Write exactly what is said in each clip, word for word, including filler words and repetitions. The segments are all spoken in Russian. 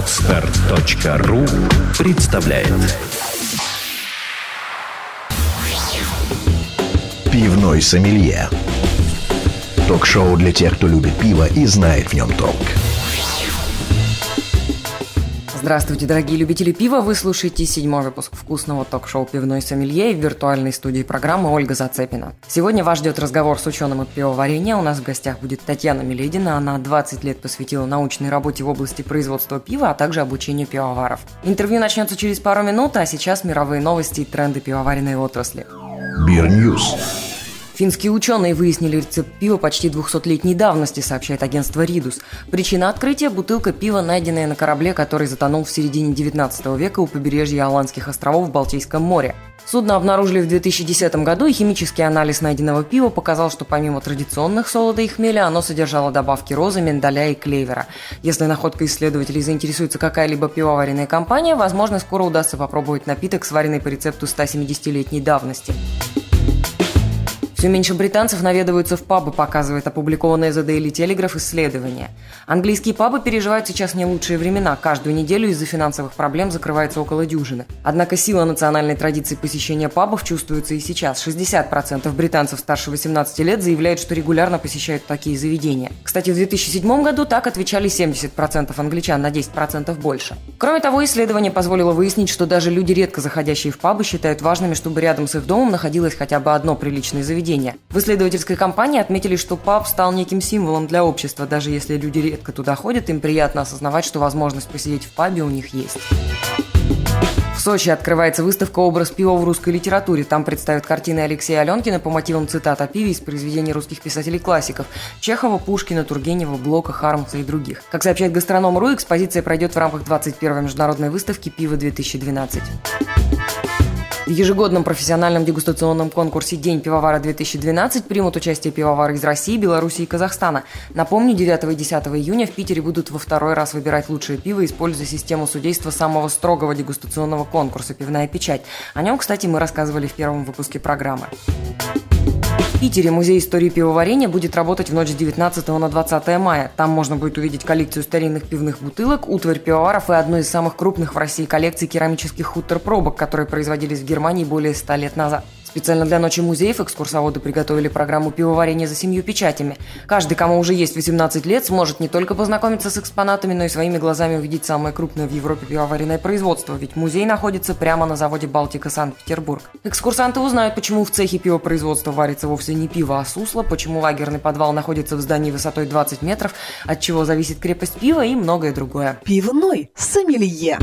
Подстер точка ру представляет «Пивной сомелье». Ток-шоу для тех, кто любит пиво и знает в нем толк. Здравствуйте, дорогие любители пива! Вы слушаете седьмой выпуск вкусного ток-шоу «Пивной сомелье» и в виртуальной студии программы Ольга Зацепина. Сегодня вас ждет разговор с ученым от пивоварения. У нас в гостях будет Татьяна Миледина. Она двадцать лет посвятила научной работе в области производства пива, а также обучению пивоваров. Интервью начнется через пару минут, а сейчас мировые новости и тренды пивоваренной отрасли. Бир-ньюс. Финские ученые выяснили рецепт пива почти двухсотлетней давности, сообщает агентство Ридус. Причина открытия – бутылка пива, найденная на корабле, который затонул в середине девятнадцатого века у побережья Аландских островов в Балтийском море. Судно обнаружили в две тысячи десятом году, и химический анализ найденного пива показал, что помимо традиционных солода и хмеля, оно содержало добавки розы, миндаля и клевера. Если находка исследователей заинтересуется какая-либо пивоваренная компания, возможно, скоро удастся попробовать напиток, сваренный по рецепту ста семидесятилетней давности. Все меньше британцев наведываются в пабы, показывает опубликованное The Daily Telegraph исследование. Английские пабы переживают сейчас не лучшие времена. Каждую неделю из-за финансовых проблем закрывается около дюжины. Однако сила национальной традиции посещения пабов чувствуется и сейчас. шестьдесят процентов британцев старше восемнадцати лет заявляют, что регулярно посещают такие заведения. Кстати, в две тысячи седьмом году так отвечали семьдесят процентов англичан, на десять процентов больше. Кроме того, исследование позволило выяснить, что даже люди, редко заходящие в пабы, считают важными, чтобы рядом с их домом находилось хотя бы одно приличное заведение. В исследовательской компании отметили, что паб стал неким символом для общества. Даже если люди редко туда ходят, им приятно осознавать, что возможность посидеть в пабе у них есть. В Сочи открывается выставка «Образ пива в русской литературе». Там представят картины Алексея Аленкина по мотивам цитат о пиве из произведений русских писателей-классиков – Чехова, Пушкина, Тургенева, Блока, Хармса и других. Как сообщает Гастроном.ру, экспозиция пройдет в рамках двадцать первой международной выставки «Пиво-две тысячи двенадцать». В ежегодном профессиональном дегустационном конкурсе «День пивовара-две тысячи двенадцать» примут участие пивовары из России, Беларуси и Казахстана. Напомню, девятого и десятого июня в Питере будут во второй раз выбирать лучшее пиво, используя систему судейства самого строгого дегустационного конкурса «Пивная печать». О нем, кстати, мы рассказывали в первом выпуске программы. В Питере музей истории пивоварения будет работать в ночь с девятнадцатого на двадцатое мая. Там можно будет увидеть коллекцию старинных пивных бутылок, утварь пивоваров и одну из самых крупных в России коллекций керамических хутор-пробок, которые производились в Германии более ста лет назад. Специально для Ночи музеев экскурсоводы приготовили программу пивоварения за семью печатями. Каждый, кому уже есть восемнадцать лет, сможет не только познакомиться с экспонатами, но и своими глазами увидеть самое крупное в Европе пивоваренное производство, ведь музей находится прямо на заводе «Балтика» Санкт-Петербург. Экскурсанты узнают, почему в цехе пивопроизводства варится вовсе не пиво, а сусло, почему лагерный подвал находится в здании высотой двадцать метров, от чего зависит крепость пива и многое другое. Пивной сомелье.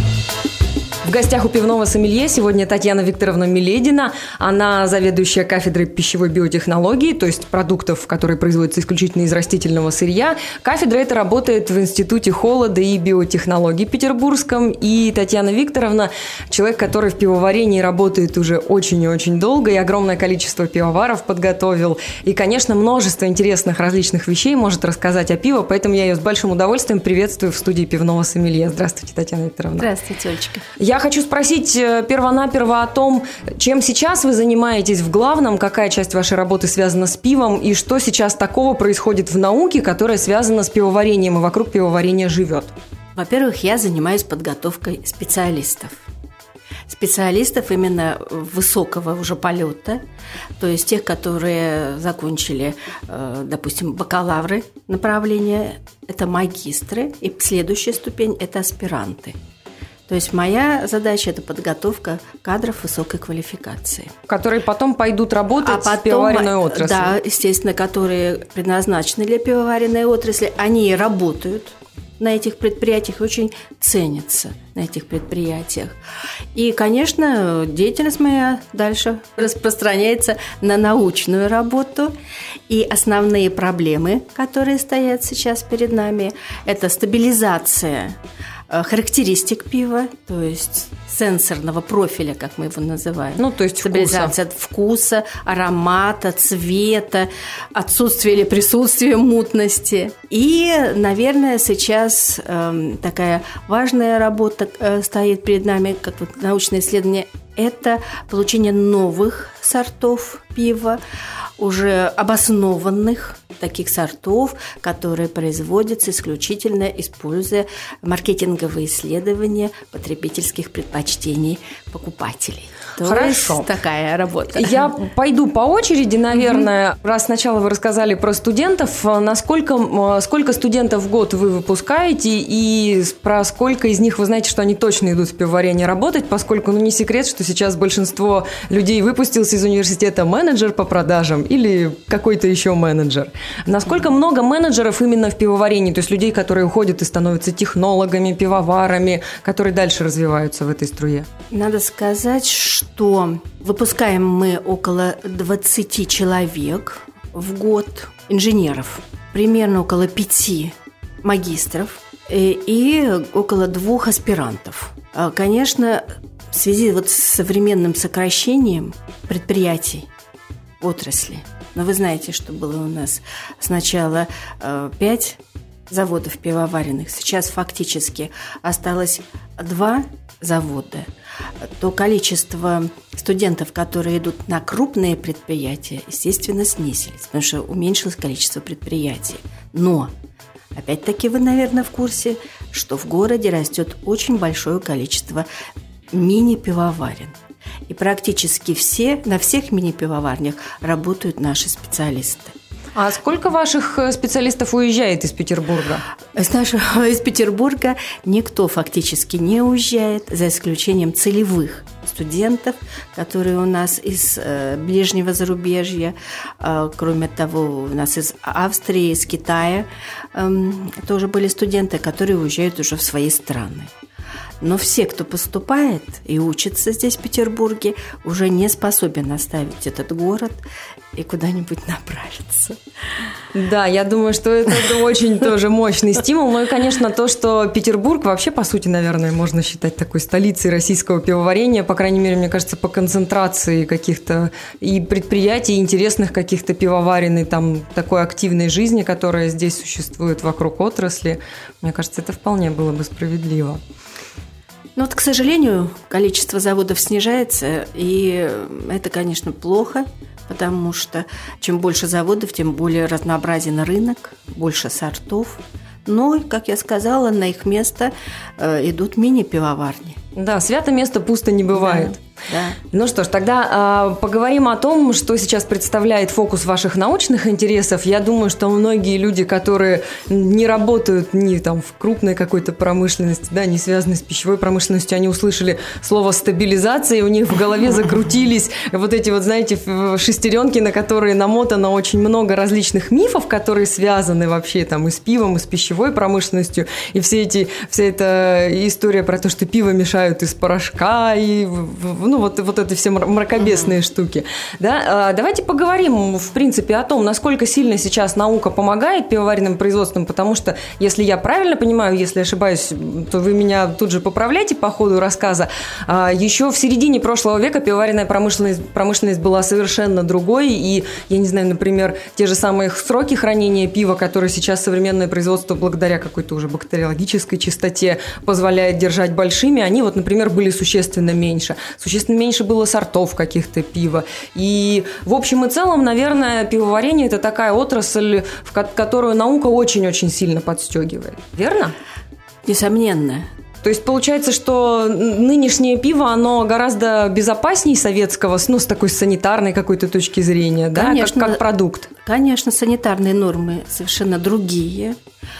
В гостях у пивного сомелье сегодня Татьяна Викторовна Миледина. Она заведующая кафедрой пищевой биотехнологии, то есть продуктов, которые производятся исключительно из растительного сырья. Кафедра эта работает в Институте холода и биотехнологий Петербургском. И Татьяна Викторовна – человек, который в пивоварении работает уже очень и очень долго, и огромное количество пивоваров подготовил. И, конечно, множество интересных различных вещей может рассказать о пиве, поэтому я ее с большим удовольствием приветствую в студии пивного сомелье. Здравствуйте, Татьяна Викторовна. Здравствуйте, Олечка. Я хочу спросить первонаперво о том, чем сейчас вы занимаетесь в главном, какая часть вашей работы связана с пивом и что сейчас такого происходит в науке, которая связана с пивоварением и вокруг пивоварения живет. Во-первых, я занимаюсь подготовкой специалистов. Специалистов именно высокого уже полета, то есть тех, которые закончили, допустим, бакалавры направления, это магистры, и следующая ступень – это аспиранты. То есть моя задача – это подготовка кадров высокой квалификации. Которые потом пойдут работать а потом, в пивоваренной отрасли. Да, естественно, которые предназначены для пивоваренной отрасли. Они работают на этих предприятиях, очень ценятся на этих предприятиях. И, конечно, деятельность моя дальше распространяется на научную работу. И основные проблемы, которые стоят сейчас перед нами – это стабилизация характеристик пива, то есть сенсорного профиля, как мы его называем. Ну, то есть стабилизация вкуса. вкуса, аромата, цвета, отсутствие или присутствие мутности. И, наверное, сейчас э, такая важная работа э, стоит перед нами, как вот научное исследование, это получение новых сортов пива, уже обоснованных таких сортов, которые производятся исключительно используя маркетинговые исследования потребительских предпочтений покупателей. То Хорошо. есть такая работа. Я пойду по очереди, наверное. Mm-hmm. Раз сначала вы рассказали про студентов, насколько, сколько студентов в год вы выпускаете, и про сколько из них вы знаете, что они точно идут в пивоварение работать, поскольку, ну, не секрет, что сейчас большинство людей выпустился из университета менеджер по продажам или какой-то еще менеджер. Насколько много менеджеров именно в пивоварении, то есть людей, которые уходят и становятся технологами, пивоварами, которые дальше развиваются в этой струе? Надо сказать, что выпускаем мы около двадцати человек в год, инженеров, примерно около пяти магистров и, и около двух аспирантов. Конечно, в связи вот с современным сокращением предприятий, отрасли, но вы знаете, что было у нас сначала э, пять заводов пивоваренных, сейчас фактически осталось два завода, то количество студентов, которые идут на крупные предприятия, естественно, снизились, потому что уменьшилось количество предприятий. Но, опять-таки, вы, наверное, в курсе, что в городе растет очень большое количество мини-пивоварен. И практически все, на всех мини-пивоварнях работают наши специалисты. А сколько ваших специалистов уезжает из Петербурга? Из, нашего, из Петербурга никто фактически не уезжает, за исключением целевых студентов, которые у нас из э, ближнего зарубежья. Э, кроме того, у нас из Австрии, из Китая э, тоже были студенты, которые уезжают уже в свои страны. Но все, кто поступает и учится здесь, в Петербурге, уже не способен оставить этот город и куда-нибудь направиться. Да, я думаю, что это очень тоже мощный стимул. Ну и, конечно, то, что Петербург вообще, по сути, наверное, можно считать такой столицей российского пивоварения, по крайней мере, мне кажется, по концентрации каких-то и предприятий, и интересных каких-то пивоварен, и там такой активной жизни, которая здесь существует вокруг отрасли. Мне кажется, это вполне было бы справедливо. Ну вот, к сожалению, количество заводов снижается, и это, конечно, плохо, потому что чем больше заводов, тем более разнообразен рынок, больше сортов. Но, как я сказала, на их место э, идут мини-пивоварни. Да, свято место пусто не бывает. Да. Да. Ну что ж, тогда э, поговорим о том, что сейчас представляет фокус ваших научных интересов. Я думаю, что многие люди, которые не работают ни там в крупной какой-то промышленности, да, не связанной с пищевой промышленностью, они услышали слово стабилизация, и у них в голове закрутились вот эти вот, знаете, шестеренки, на которые намотано очень много различных мифов, которые связаны вообще там и с пивом, и с пищевой промышленностью, и все эти, вся эта история про то, что пиво мешают из порошка, и ну, вот, вот это все мракобесные mm-hmm. штуки. Да? Давайте поговорим, в принципе, о том, насколько сильно сейчас наука помогает пивоваренным производствам, потому что, если я правильно понимаю, если ошибаюсь, то вы меня тут же поправляйте по ходу рассказа. Еще в середине прошлого века пивоваренная промышленность, промышленность была совершенно другой, и, я не знаю, например, те же самые сроки хранения пива, которые сейчас современное производство благодаря какой-то уже бактериологической чистоте позволяет держать большими, они вот, например, были существенно меньше. Существенно меньше было сортов каких-то пива. И в общем и целом, наверное, пивоварение – это такая отрасль, в которую наука очень-очень сильно подстегивает. Верно? Несомненно. То есть получается, что нынешнее пиво, оно гораздо безопаснее советского, ну, с такой санитарной какой-то точки зрения, конечно, да, как, как продукт. Конечно, санитарные нормы совершенно другие.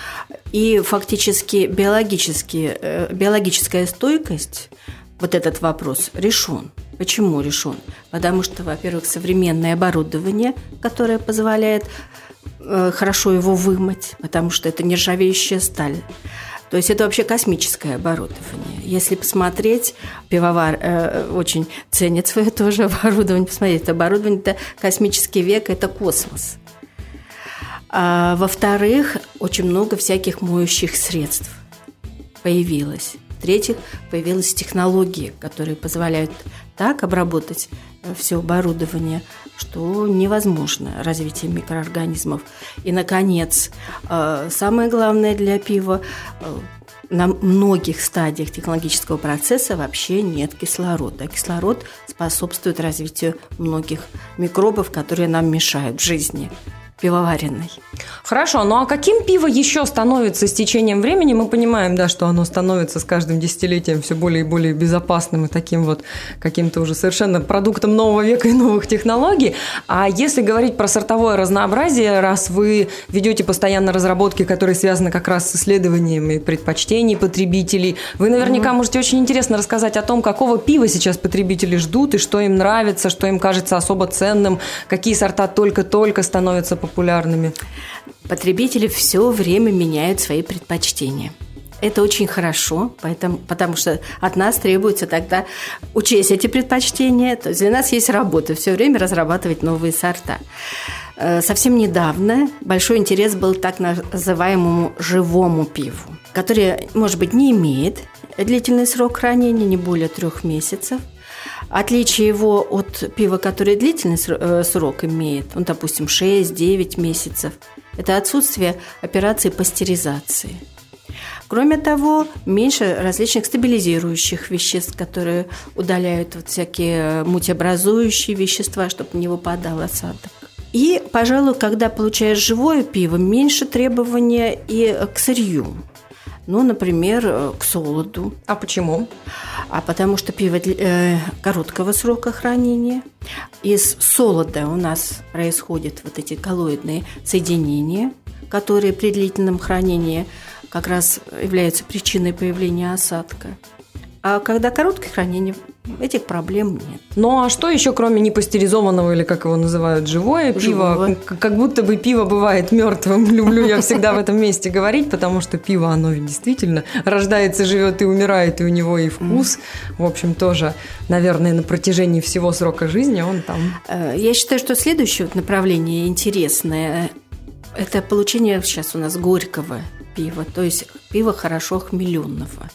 И фактически биологически, биологическая стойкость, вот этот вопрос решен. Почему решен? Потому что, во-первых, современное оборудование, которое позволяет э, хорошо его вымыть, потому что это нержавеющая сталь. То есть это вообще космическое оборудование. Если посмотреть, пивовар э, очень ценит свое тоже оборудование. Посмотрите, это оборудование – это космический век, это космос. А, во-вторых, очень много всяких моющих средств появилось. В-третьих, появились технологии, которые позволяют так обработать все оборудование, что невозможно развитие микроорганизмов. И, наконец, самое главное для пива – на многих стадиях технологического процесса вообще нет кислорода. А кислород способствует развитию многих микробов, которые нам мешают в жизни пивоваренной. Хорошо, ну а каким пиво еще становится с течением времени? Мы понимаем, да, что оно становится с каждым десятилетием все более и более безопасным и таким вот каким-то уже совершенно продуктом нового века и новых технологий. А если говорить про сортовое разнообразие, раз вы ведете постоянно разработки, которые связаны как раз с исследованиями предпочтений потребителей, вы наверняка mm-hmm. можете очень интересно рассказать о том, какого пива сейчас потребители ждут и что им нравится, что им кажется особо ценным, какие сорта только-только становятся популярными. популярными. Потребители все время меняют свои предпочтения. Это очень хорошо, поэтому, потому что от нас требуется тогда учесть эти предпочтения. То есть для нас есть работа все время разрабатывать новые сорта. Совсем недавно большой интерес был так называемому живому пиву, которое, может быть, не имеет длительный срок хранения, не более трех месяцев. Отличие его от пива, которое длительный срок имеет, он, допустим, шесть-девять месяцев, это отсутствие операции пастеризации. Кроме того, меньше различных стабилизирующих веществ, которые удаляют вот всякие мутеобразующие вещества, чтобы не выпадал осадок. И, пожалуй, когда получаешь живое пиво, меньше требования и к сырью. Ну, например, к солоду. А почему? А потому что пиво э, короткого срока хранения. Из солода у нас происходят вот эти коллоидные соединения, которые при длительном хранении как раз являются причиной появления осадка. А когда короткое хранение, этих проблем нет. Ну а что еще, кроме непастеризованного, или как его называют, живое пиво? Как будто бы пиво бывает мертвым. Люблю я всегда в этом месте говорить, потому что пиво, оно ведь действительно рождается, живет и умирает, и у него и вкус. В общем, тоже, наверное, на протяжении всего срока жизни он там. Я считаю, что следующее направление интересное – это получение сейчас у нас горького пива, то есть пива хорошо хмеленного.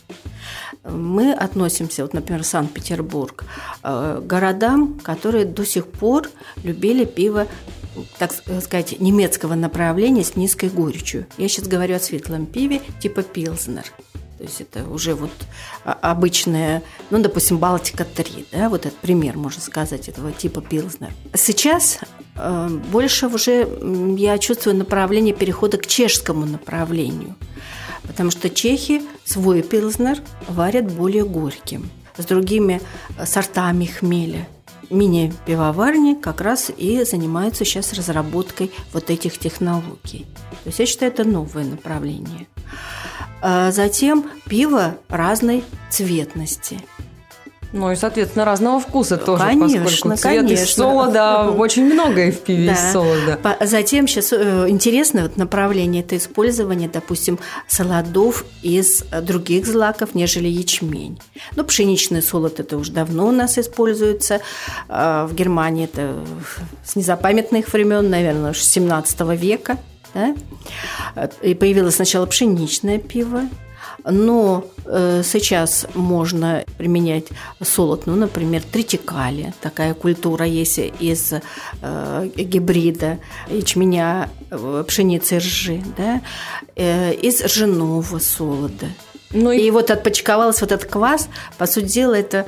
Мы относимся, вот, например, Санкт-Петербург, к городам, которые до сих пор любили пиво, так сказать, немецкого направления с низкой горечью. Я сейчас говорю о светлом пиве типа пилзнер. То есть это уже вот обычная, ну, допустим, Балтика три, да, вот этот пример, можно сказать, этого типа пилзнер. Сейчас э, больше уже я чувствую направление перехода к чешскому направлению, потому что чехи свой пилзнер варят более горьким, с другими сортами хмеля. Мини-пивоварни как раз и занимаются сейчас разработкой вот этих технологий. То есть я считаю, это новое направление. А затем пиво разной цветности. Ну и, соответственно, разного вкуса тоже, конечно, поскольку цвет конечно. из солода, очень многое в пиве да. из солода. Затем сейчас интересное вот направление – это использование, допустим, солодов из других злаков, нежели ячмень. Ну, пшеничный солод – это уже давно у нас используется. В Германии это с незапамятных времен, наверное, с семнадцатого века. Да? И появилось сначала пшеничное пиво. Но э, сейчас можно применять солод, ну, например, тритикали. Такая культура есть из э, гибрида ячменя, э, пшеницы и ржи, да? э, из ржаного солода. Ну и... и вот отпочковался вот этот квас. По сути дела, это,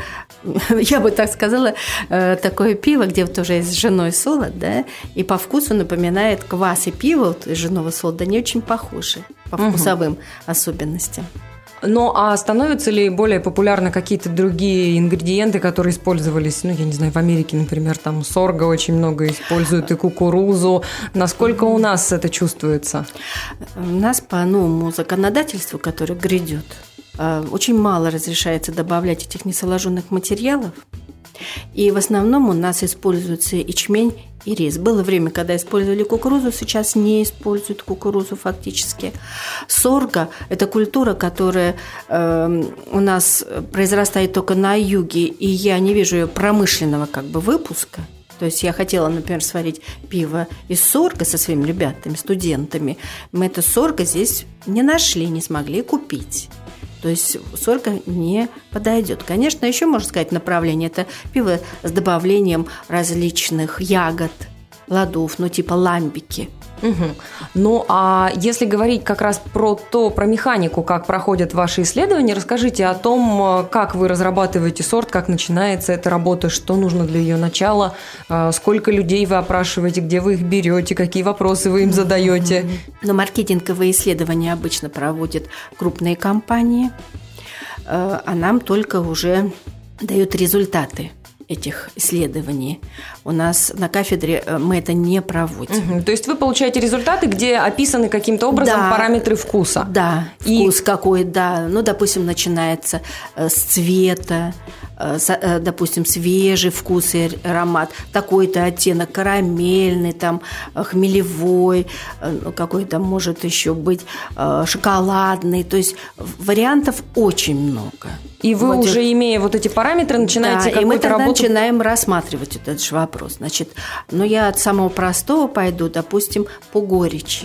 я бы так сказала, такое пиво, где вот тоже есть ржаной солод, да, и по вкусу напоминает квас и пиво вот, из ржаного солода, они очень похожи по вкусовым угу. особенностям. Ну, а становятся ли более популярны какие-то другие ингредиенты, которые использовались, ну, я не знаю, в Америке, например, там сорго очень много используют, и кукурузу. Насколько у нас это чувствуется? У нас по новому законодательству, которое грядет, очень мало разрешается добавлять этих несоложенных материалов. И в основном у нас используется ячмень и рис. Было время, когда использовали кукурузу, сейчас не используют кукурузу фактически. Сорго – это культура, которая э, у нас произрастает только на юге, и я не вижу ее промышленного как бы выпуска. То есть я хотела, например, сварить пиво из сорго со своими ребятами, студентами. Мы это сорго здесь не нашли, не смогли купить. То есть сорго не подойдет. Конечно, еще можно сказать направление. Это пиво с добавлением различных ягод, плодов, ну типа ламбики. Угу. Ну, а если говорить как раз про то, про механику, как проходят ваши исследования, расскажите о том, как вы разрабатываете сорт, как начинается эта работа, что нужно для ее начала, сколько людей вы опрашиваете, где вы их берете, какие вопросы вы им задаете. Но маркетинговые исследования обычно проводят крупные компании, а нам только уже дают результаты этих исследований. У нас на кафедре мы это не проводим. Угу. То есть вы получаете результаты, где описаны каким-то образом да, параметры вкуса. Да, И... вкус какой, да. Ну, допустим, начинается с цвета, допустим, свежий вкус и аромат, такой-то оттенок карамельный, там, хмелевой, какой-то может еще быть шоколадный. То есть вариантов очень много. И вы вот уже, это... имея вот эти параметры, начинаете да, какую-то и мы тогда работу... начинаем рассматривать этот же вопрос. Значит, ну, я от самого простого пойду, допустим, по горечи.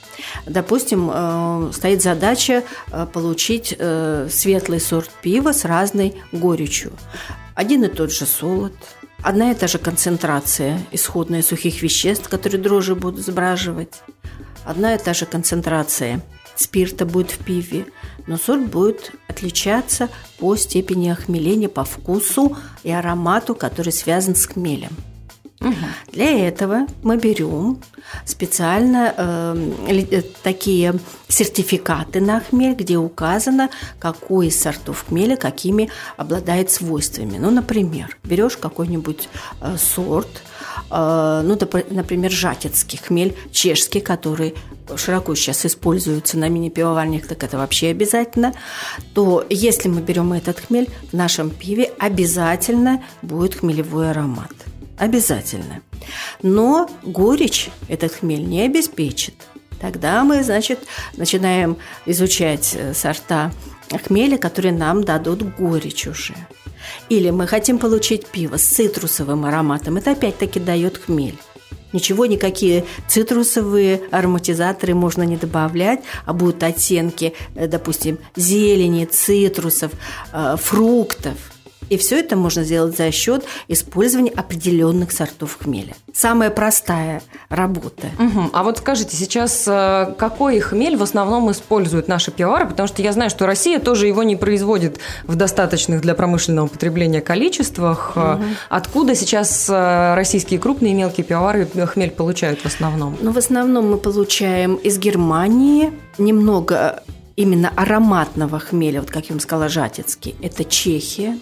Допустим, стоит задача получить светлый сорт пива с разной горечью. Один и тот же солод, одна и та же концентрация исходная сухих веществ, которые дрожжи будут сбраживать, одна и та же концентрация спирта будет в пиве, но сорт будет отличаться по степени охмеления, по вкусу и аромату, который связан с хмелем. Угу. Для этого мы берем специально э, такие сертификаты на хмель, где указано, какой из сортов хмеля какими обладает свойствами. Ну, например, берешь какой-нибудь э, сорт, э, ну, например, жатецкий хмель, чешский, который широко сейчас используется на мини-пивоварнях, так это вообще обязательно, то если мы берем этот хмель, в нашем пиве обязательно будет хмелевой аромат. Обязательно. Но горечь этот хмель не обеспечит. Тогда мы, значит, начинаем изучать сорта хмеля, которые нам дадут горечь уже. Или мы хотим получить пиво с цитрусовым ароматом. Это опять-таки дает хмель. Ничего, никакие цитрусовые ароматизаторы можно не добавлять, а будут оттенки, допустим, зелени, цитрусов, фруктов. И все это можно сделать за счет использования определенных сортов хмеля. Самая простая работа. Угу. А вот скажите, сейчас какой хмель в основном используют наши пивовары? Потому что я знаю, что Россия тоже его не производит в достаточных для промышленного потребления количествах. Угу. Откуда сейчас российские крупные и мелкие пивовары хмель получают в основном? Ну, в основном мы получаем из Германии немного именно ароматного хмеля, вот как я вам сказала, жатецкий. Это Чехия.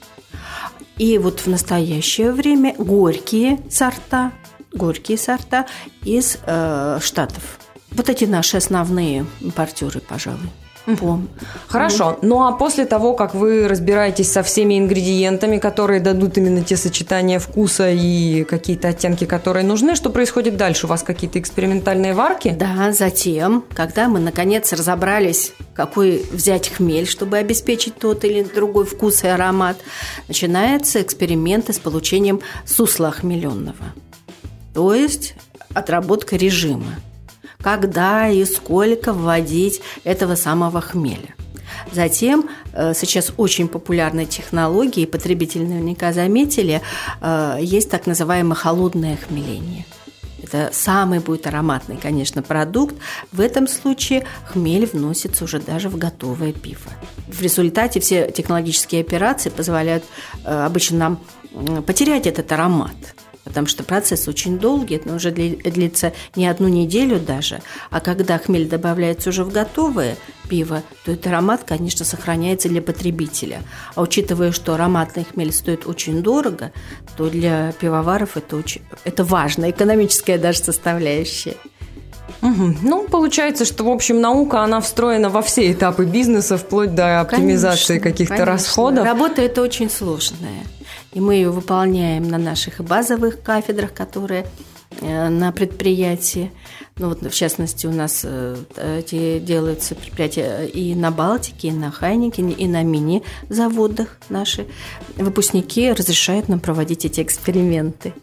И вот в настоящее время горькие сорта, горькие сорта из э, Штатов. Вот эти наши основные импортеры, пожалуй. По... Хорошо. Ну а после того, как вы разбираетесь со всеми ингредиентами, которые дадут именно те сочетания вкуса и какие-то оттенки, которые нужны, что происходит дальше? У вас какие-то экспериментальные варки? Да, затем, когда мы наконец разобрались, какой взять хмель, чтобы обеспечить тот или другой вкус и аромат, начинаются эксперименты с получением сусла охмеленного. То есть отработка режима. Когда и сколько вводить этого самого хмеля. Затем сейчас очень популярные технологии, и потребители наверняка заметили, есть так называемое холодное хмеление. Это самый будет ароматный, конечно, продукт. В этом случае хмель вносится уже даже в готовое пиво. В результате все технологические операции позволяют обычно нам потерять этот аромат. Потому что процесс очень долгий, это уже длится не одну неделю даже. А когда хмель добавляется уже в готовое пиво, то этот аромат, конечно, сохраняется для потребителя. А учитывая, что ароматный хмель стоит очень дорого, то для пивоваров это, очень, это важная экономическая даже составляющая. Угу. Ну, получается, что, в общем, наука, она встроена во все этапы бизнеса, вплоть до оптимизации конечно, каких-то конечно. расходов. Работа эта очень сложная. И мы ее выполняем на наших базовых кафедрах, которые на предприятии. Ну, вот, в частности, у нас эти делаются предприятия и на Балтике, и на Хайникене, и на мини-заводах. Наши выпускники разрешают нам проводить эти эксперименты.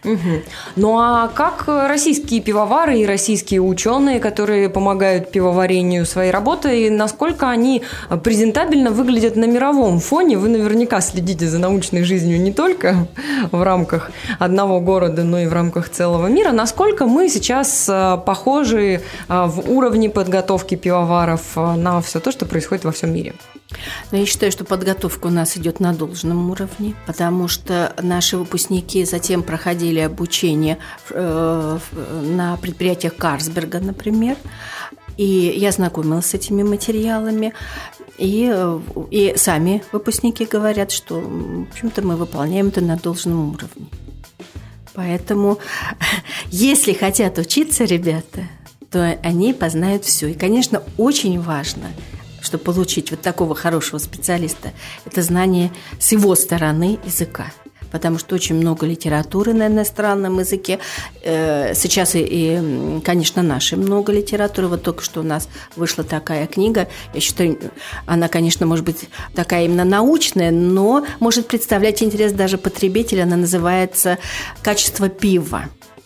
Угу. Ну а как российские пивовары и российские ученые, которые помогают пивоварению своей работой, насколько они презентабельно выглядят на мировом фоне? Вы наверняка следите за научной жизнью не только в рамках одного города, но и в рамках целого мира. Насколько мы сейчас похожи в уровне подготовки пивоваров на все то, что происходит во всем мире? Но я считаю, что подготовка у нас идет на должном уровне, потому что наши выпускники затем проходили обучение на предприятиях Карлсберга, например, и я знакомилась с этими материалами, и, и сами выпускники говорят, что, в общем-то, мы выполняем это на должном уровне. Поэтому, если хотят учиться ребята, то они познают все. И, конечно, очень важно, чтобы получить вот такого хорошего специалиста, это знание с его стороны языка. Потому что очень много литературы на иностранном языке. Сейчас и, и, конечно, нашей много литературы. Вот только что у нас вышла такая книга. Я считаю, она, конечно, может быть такая именно научная, но может представлять интерес даже потребителя. Она называется «Качество пива».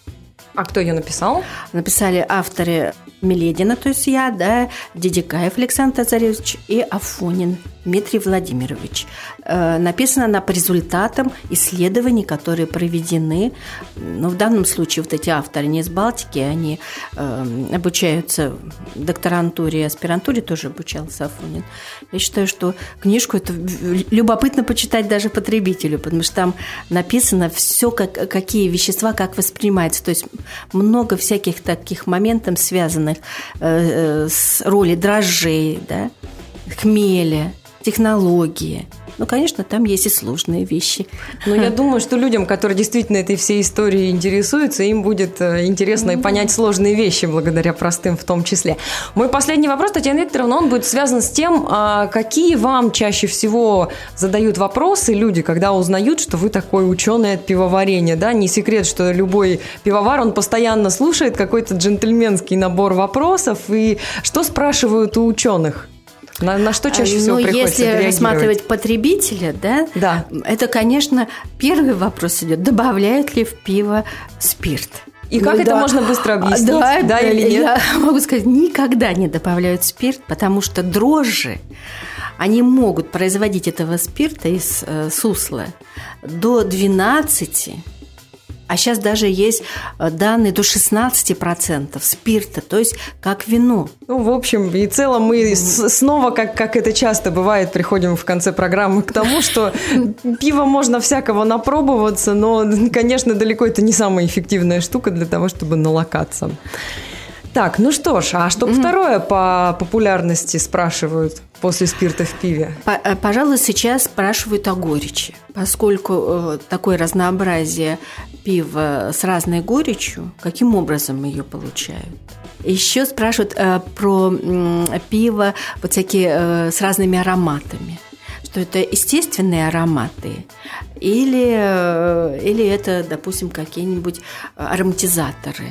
А кто ее написал? Написали авторы Миледина, то есть я, да, Дедикаев Александр Азаревич и Афонин Дмитрий Владимирович. Э, написана она по результатам исследований, которые проведены. Но в данном случае вот эти авторы не из Балтики, они э, обучаются в докторантуре и аспирантуре, тоже обучался Афонин. Я считаю, что книжку это любопытно почитать даже потребителю, потому что там написано все, как, какие вещества, как воспринимаются. То есть много всяких таких моментов, связанных э, э, с ролью дрожжей, да, хмеля, технологии. Ну, конечно, там есть и сложные вещи. Но я думаю, что людям, которые действительно этой всей историей интересуются, им будет интересно mm-hmm. понять сложные вещи, благодаря простым в том числе. Мой последний вопрос, Татьяна Викторовна, он будет связан с тем, какие вам чаще всего задают вопросы люди, когда узнают, что вы такой ученый от пивоварения. Да? Не секрет, что любой пивовар, он постоянно слушает какой-то джентльменский набор вопросов. И что спрашивают у ученых? На, на что чаще всего ну, приходится реагировать? Если рассматривать реагировать? Потребителя, да, да, это, конечно, первый вопрос идет: добавляют ли в пиво спирт? И как ну, это да. можно быстро объяснить? Да, да или нет? Я могу сказать, никогда не добавляют спирт, потому что дрожжи, они могут производить этого спирта из э, сусла до двенадцати. А сейчас даже есть данные до шестнадцати процентов спирта, то есть как вино. Ну, в общем и целом мы mm. снова, как, как это часто бывает, приходим в конце программы к тому, что пиво можно всякого напробоваться, но, конечно, далеко это не самая эффективная штука для того, чтобы налокаться. Так, ну что ж, а что mm-hmm. второе по популярности спрашивают после спирта в пиве? Пожалуй, сейчас спрашивают о горечи, поскольку такое разнообразие пива с разной горечью, каким образом ее получают. Еще спрашивают э, про э, пиво вот всякие э, с разными ароматами. Что это естественные ароматы или, э, или это, допустим, какие-нибудь ароматизаторы.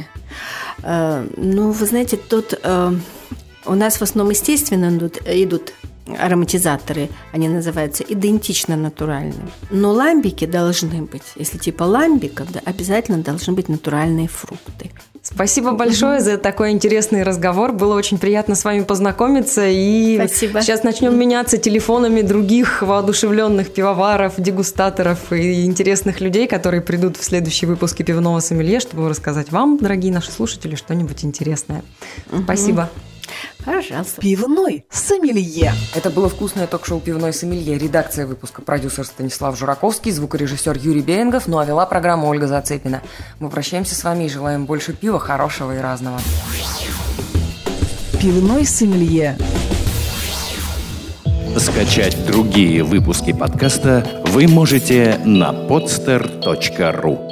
Э, ну, вы знаете, тут э, у нас в основном естественно идут, идут ароматизаторы, они называются идентично натуральным. Но ламбики должны быть, если типа ламбиков, да, обязательно должны быть натуральные фрукты. Спасибо большое за такой интересный разговор. Было очень приятно с вами познакомиться. И Спасибо. Сейчас начнем меняться телефонами других воодушевленных пивоваров, дегустаторов и интересных людей, которые придут в следующие выпуски «Пивного сомелье», чтобы рассказать вам, дорогие наши слушатели, что-нибудь интересное. Угу. Спасибо. Пожалуйста. Пивной сомелье. Это было вкусное ток-шоу «Пивной сомелье». Редакция выпуска: продюсер Станислав Жураковский, звукорежиссер Юрий Берингов, ну а вела программу Ольга Зацепина. Мы прощаемся с вами и желаем больше пива, хорошего и разного. Пивной сомелье. Скачать другие выпуски подкаста вы можете на podster точка ру.